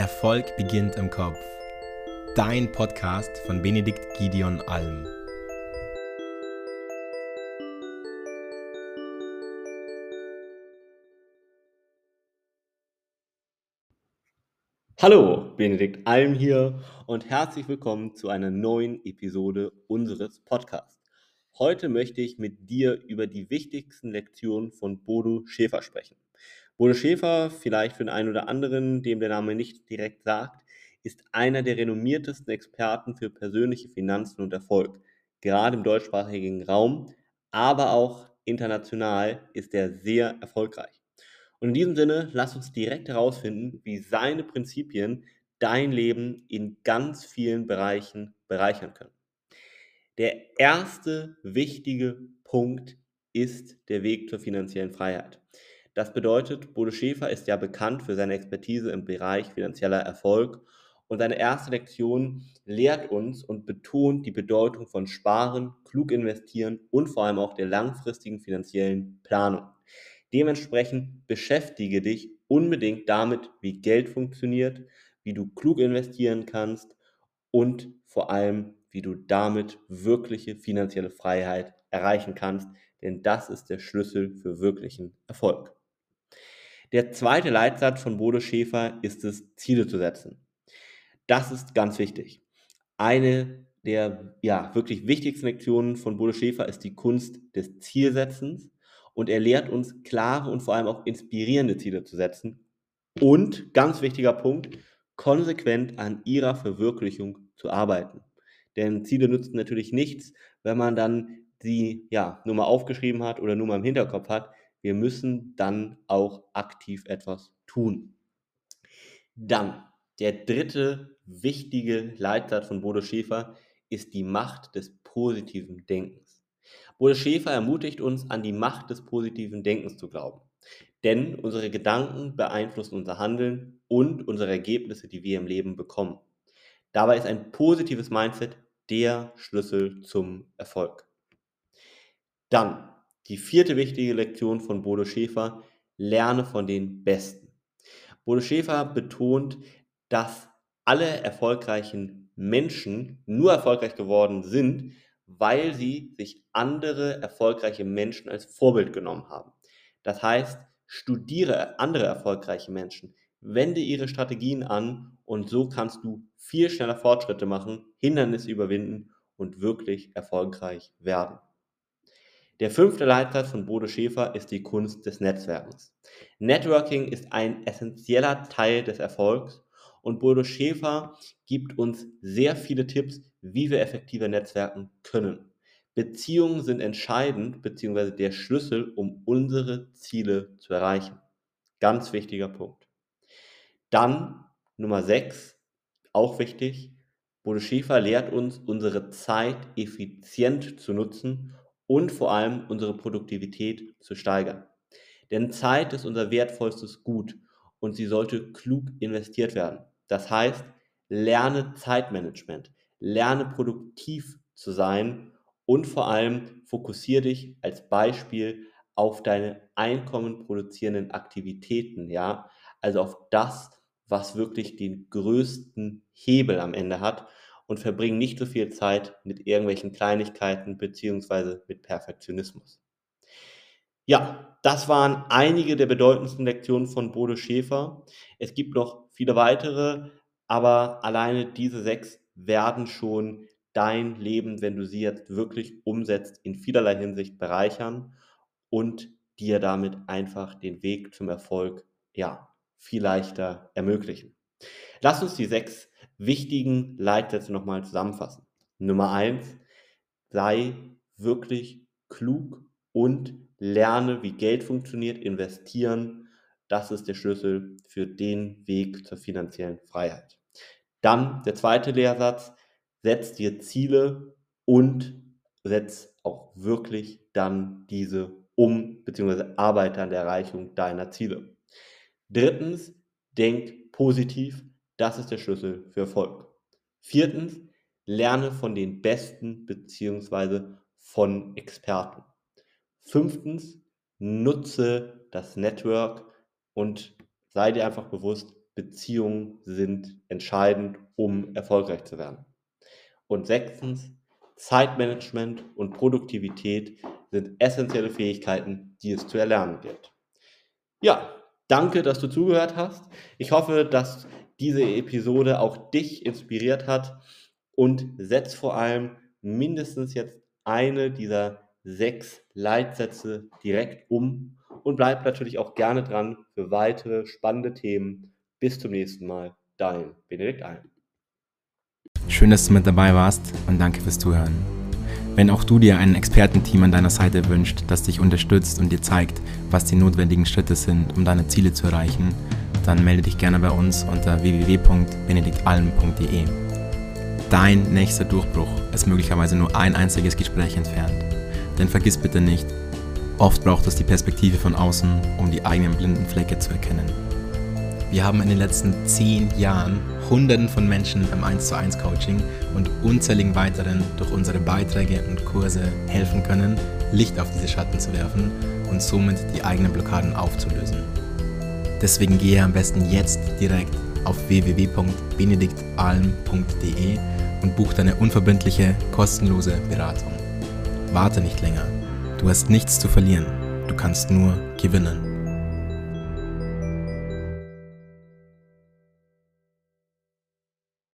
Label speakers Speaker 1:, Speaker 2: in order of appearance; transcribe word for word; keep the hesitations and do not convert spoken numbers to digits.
Speaker 1: Erfolg beginnt im Kopf. Dein Podcast von Benedikt Gideon Alm.
Speaker 2: Hallo, Benedikt Alm hier und herzlich willkommen zu einer neuen Episode unseres Podcasts. Heute möchte ich mit dir über die wichtigsten Lektionen von Bodo Schäfer sprechen. Bodo Schäfer, vielleicht für den einen oder anderen, dem der Name nicht direkt sagt, ist einer der renommiertesten Experten für persönliche Finanzen und Erfolg. Gerade im deutschsprachigen Raum, aber auch international ist er sehr erfolgreich. Und in diesem Sinne, lass uns direkt herausfinden, wie seine Prinzipien dein Leben in ganz vielen Bereichen bereichern können. Der erste wichtige Punkt ist der Weg zur finanziellen Freiheit. Das bedeutet, Bodo Schäfer ist ja bekannt für seine Expertise im Bereich finanzieller Erfolg und seine erste Lektion lehrt uns und betont die Bedeutung von Sparen, klug investieren und vor allem auch der langfristigen finanziellen Planung. Dementsprechend beschäftige dich unbedingt damit, wie Geld funktioniert, wie du klug investieren kannst und vor allem, wie du damit wirkliche finanzielle Freiheit erreichen kannst, denn das ist der Schlüssel für wirklichen Erfolg. Der zweite Leitsatz von Bodo Schäfer ist es, Ziele zu setzen. Das ist ganz wichtig. Eine der ja, wirklich wichtigsten Lektionen von Bodo Schäfer ist die Kunst des Zielsetzens und er lehrt uns, klare und vor allem auch inspirierende Ziele zu setzen und, ganz wichtiger Punkt, konsequent an ihrer Verwirklichung zu arbeiten. Denn Ziele nützen natürlich nichts, wenn man dann sie ja nur mal aufgeschrieben hat oder nur mal im Hinterkopf hat. Wir müssen dann auch aktiv etwas tun. Dann, der dritte wichtige Leitsatz von Bodo Schäfer ist die Macht des positiven Denkens. Bodo Schäfer ermutigt uns, an die Macht des positiven Denkens zu glauben. Denn unsere Gedanken beeinflussen unser Handeln und unsere Ergebnisse, die wir im Leben bekommen. Dabei ist ein positives Mindset der Schlüssel zum Erfolg. Dann die vierte wichtige Lektion von Bodo Schäfer: Lerne von den Besten. Bodo Schäfer betont, dass alle erfolgreichen Menschen nur erfolgreich geworden sind, weil sie sich andere erfolgreiche Menschen als Vorbild genommen haben. Das heißt, studiere andere erfolgreiche Menschen, wende ihre Strategien an und so kannst du viel schneller Fortschritte machen, Hindernisse überwinden und wirklich erfolgreich werden. Der fünfte Leitsatz von Bodo Schäfer ist die Kunst des Netzwerkens. Networking ist ein essentieller Teil des Erfolgs und Bodo Schäfer gibt uns sehr viele Tipps, wie wir effektiver netzwerken können. Beziehungen sind entscheidend bzw. der Schlüssel, um unsere Ziele zu erreichen. Ganz wichtiger Punkt. Dann Nummer sechs, auch wichtig: Bodo Schäfer lehrt uns, unsere Zeit effizient zu nutzen und vor allem unsere Produktivität zu steigern. Denn Zeit ist unser wertvollstes Gut und sie sollte klug investiert werden. Das heißt, lerne Zeitmanagement, lerne produktiv zu sein und vor allem fokussiere dich als Beispiel auf deine einkommenproduzierenden Aktivitäten, ja, also auf das, was wirklich den größten Hebel am Ende hat und verbring nicht so viel Zeit mit irgendwelchen Kleinigkeiten beziehungsweise mit Perfektionismus. Ja, das waren einige der bedeutendsten Lektionen von Bodo Schäfer. Es gibt noch viele weitere, aber alleine diese sechs werden schon dein Leben, wenn du sie jetzt wirklich umsetzt, in vielerlei Hinsicht bereichern und dir damit einfach den Weg zum Erfolg, ja, viel leichter ermöglichen. Lass uns die sechs wichtigen Leitsätze nochmal zusammenfassen. Nummer eins: Sei wirklich klug und lerne, wie Geld funktioniert, investieren. Das ist der Schlüssel für den Weg zur finanziellen Freiheit. Dann der zweite Lehrsatz: Setz dir Ziele und setz auch wirklich dann diese um, beziehungsweise arbeite an der Erreichung deiner Ziele. Drittens, denk positiv. Das ist der Schlüssel für Erfolg. Viertens, lerne von den Besten beziehungsweise von Experten. Fünftens, nutze das Network und sei dir einfach bewusst, Beziehungen sind entscheidend, um erfolgreich zu werden. Und sechstens, Zeitmanagement und Produktivität sind essentielle Fähigkeiten, die es zu erlernen gilt. Ja, danke, dass du zugehört hast. Ich hoffe, dass diese Episode auch dich inspiriert hat und setz vor allem mindestens jetzt eine dieser sechs Leitsätze direkt um und bleib natürlich auch gerne dran für weitere spannende Themen. Bis zum nächsten Mal, dein Benedikt Alm.
Speaker 1: Schön, dass du mit dabei warst und danke fürs Zuhören. Wenn auch du dir ein Expertenteam an deiner Seite wünschst, das dich unterstützt und dir zeigt, was die notwendigen Schritte sind, um deine Ziele zu erreichen, dann melde dich gerne bei uns unter w w w punkt benedikt alm punkt d e. Dein nächster Durchbruch ist möglicherweise nur ein einziges Gespräch entfernt. Denn vergiss bitte nicht, oft braucht es die Perspektive von außen, um die eigenen blinden Flecke zu erkennen. Wir haben in den letzten zehn Jahren Hunderten von Menschen im eins zu eins Coaching und unzähligen weiteren durch unsere Beiträge und Kurse helfen können, Licht auf diese Schatten zu werfen und somit die eigenen Blockaden aufzulösen. Deswegen gehe am besten jetzt direkt auf w w w punkt benedikt alm punkt d e und buch deine unverbindliche, kostenlose Beratung. Warte nicht länger. Du hast nichts zu verlieren. Du kannst nur gewinnen.